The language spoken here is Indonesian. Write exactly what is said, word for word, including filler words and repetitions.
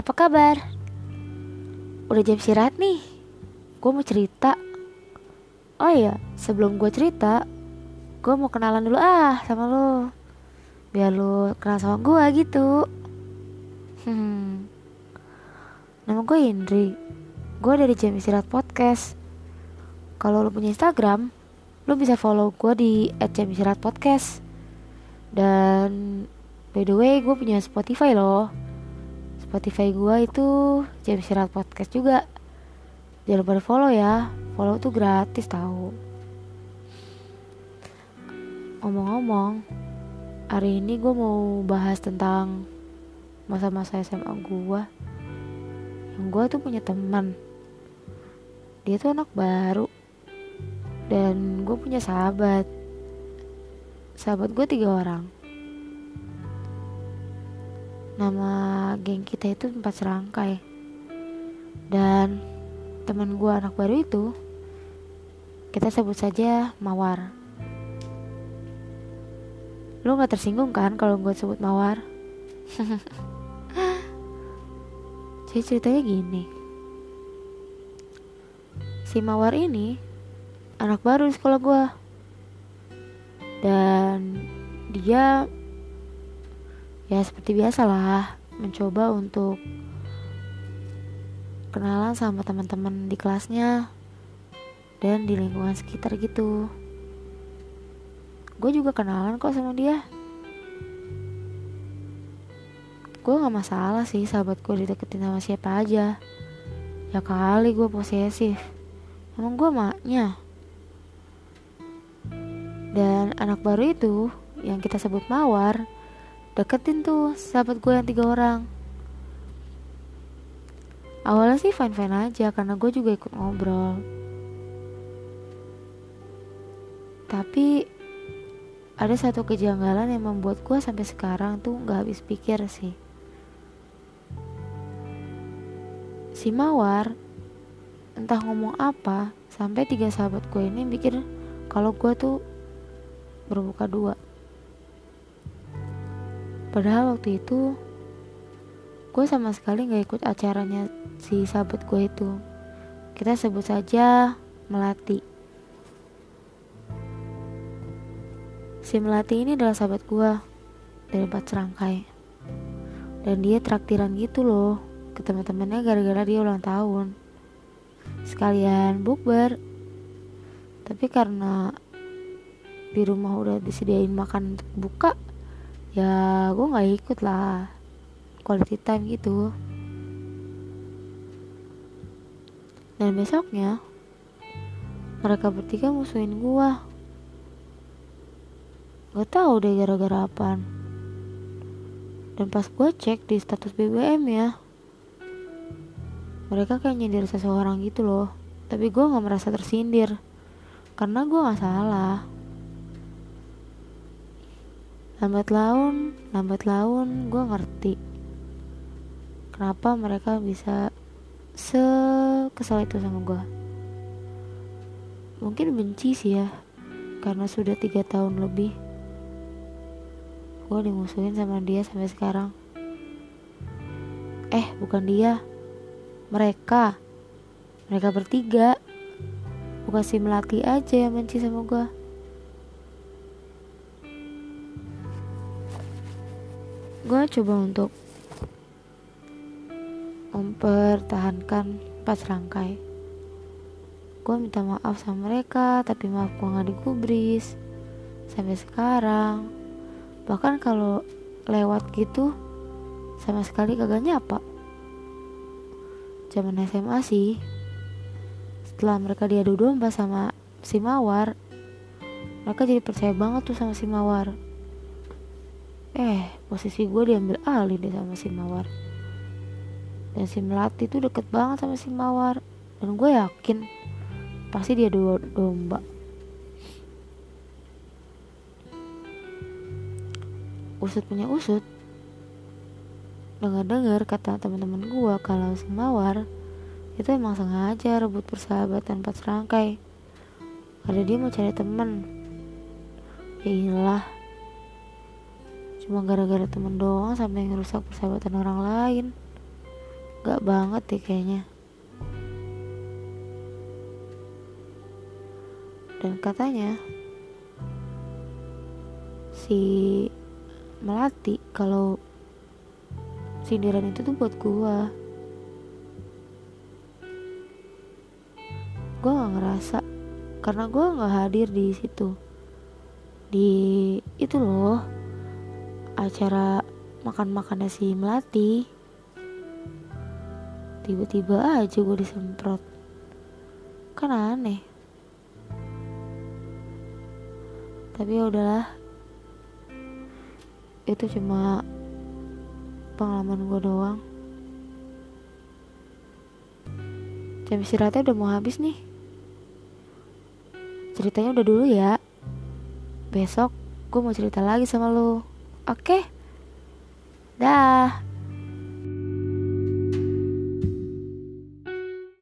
apa kabar? Udah jam istirahat nih. Gue mau cerita. Oh iya, sebelum gue cerita, gue mau kenalan dulu ah sama lo, biar lo kenal sama gue gitu. Hmm, nama gue Indri. Gue dari Jam Istirahat Podcast. Kalau lo punya Instagram, lo bisa follow gue di et jam istirahat podcast. Dan by the way, gue punya Spotify loh. Spotify gue itu Jam Istirahat Podcast juga. Jangan lupa di follow ya. Follow tuh gratis tahu. Ngomong-ngomong, hari ini gue mau bahas tentang masa-masa S M A gue. Yang gue tuh punya teman. Dia tuh anak baru. Dan gue punya sahabat. Sahabat gue tiga orang. Nama geng kita itu empat serangkai. Dan teman gue anak baru itu kita sebut saja Mawar. Lu gak tersinggung kan kalau gue sebut Mawar? Jadi ceritanya gini. Si Mawar ini anak baru di sekolah gue. Dan dia ya seperti biasalah mencoba untuk kenalan sama teman-teman di kelasnya dan di lingkungan sekitar gitu. Gue juga kenalan kok sama dia. Gue gak masalah sih sahabat gue dideketin sama siapa aja. Ya kali gue posesif. Emang gue maknya. Dan anak baru itu yang kita sebut Mawar deketin tuh sahabat gue yang tiga orang. Awalnya sih fine-fine aja karena gue juga ikut ngobrol. Tapi ada satu kejanggalan yang membuat gue sampai sekarang tuh gak habis pikir sih. Si Mawar entah ngomong apa sampai tiga sahabat gue ini mikir kalau gue tuh bermuka dua. Padahal waktu itu gue sama sekali gak ikut acaranya si sahabat gue itu. Kita sebut saja Melati. Si Melati ini adalah sahabat gue dari empat serangkai. Dan dia traktiran gitu loh ke teman-temannya gara-gara dia ulang tahun. Sekalian bukber. Tapi karena di rumah udah disediain makan untuk buka, ya gue gak ikut lah. Quality time gitu. Dan besoknya mereka bertiga musuhin gue. Gak tahu deh gara-gara apaan. Dan pas gue cek di status B B M ya, mereka kayak nyindir seseorang gitu loh. Tapi gue gak merasa tersindir karena gue gak salah. Lambat laun, lambat laun gue ngerti kenapa mereka bisa sekesal itu sama gue. Mungkin benci sih ya, karena sudah tiga tahun lebih gue dimusuhin sama dia sampai sekarang. Eh bukan dia, mereka Mereka bertiga. Bukan si Melati aja yang benci sama gue. Gue coba untuk mempertahankan empat serangkai. Gue minta maaf sama mereka, tapi maaf gue gak digubris sampai sekarang. Bahkan kalau lewat gitu sama sekali kagak nyapa. Zaman S M A sih, setelah mereka diadu domba sama si Mawar, mereka jadi percaya banget tuh sama si Mawar. Eh posisi gue diambil alih deh sama si Mawar. Dan si Melati tuh deket banget sama si Mawar. Dan gue yakin pasti dia dua domba. Usut punya usut, dengar-dengar kata teman-teman gue kalau si Mawar itu emang sengaja rebut persahabatan empat serangkai karena dia mau cari teman. Ya inilah, cuma gara-gara temen doang sampai ngerusak persahabatan orang lain. Gak banget deh kayaknya. Dan katanya si Melati kalau sindiran itu tuh buat gua. Gua nggak ngerasa karena gua nggak hadir di situ, di itu loh, acara makan-makannya si Melati. Tiba-tiba aja gue disemprot, kan aneh. Tapi ya udahlah, itu cuma pengalaman gue doang. Jam istirahatnya udah mau habis nih. Ceritanya udah dulu ya. Besok gue mau cerita lagi sama lo. Oke? Dah.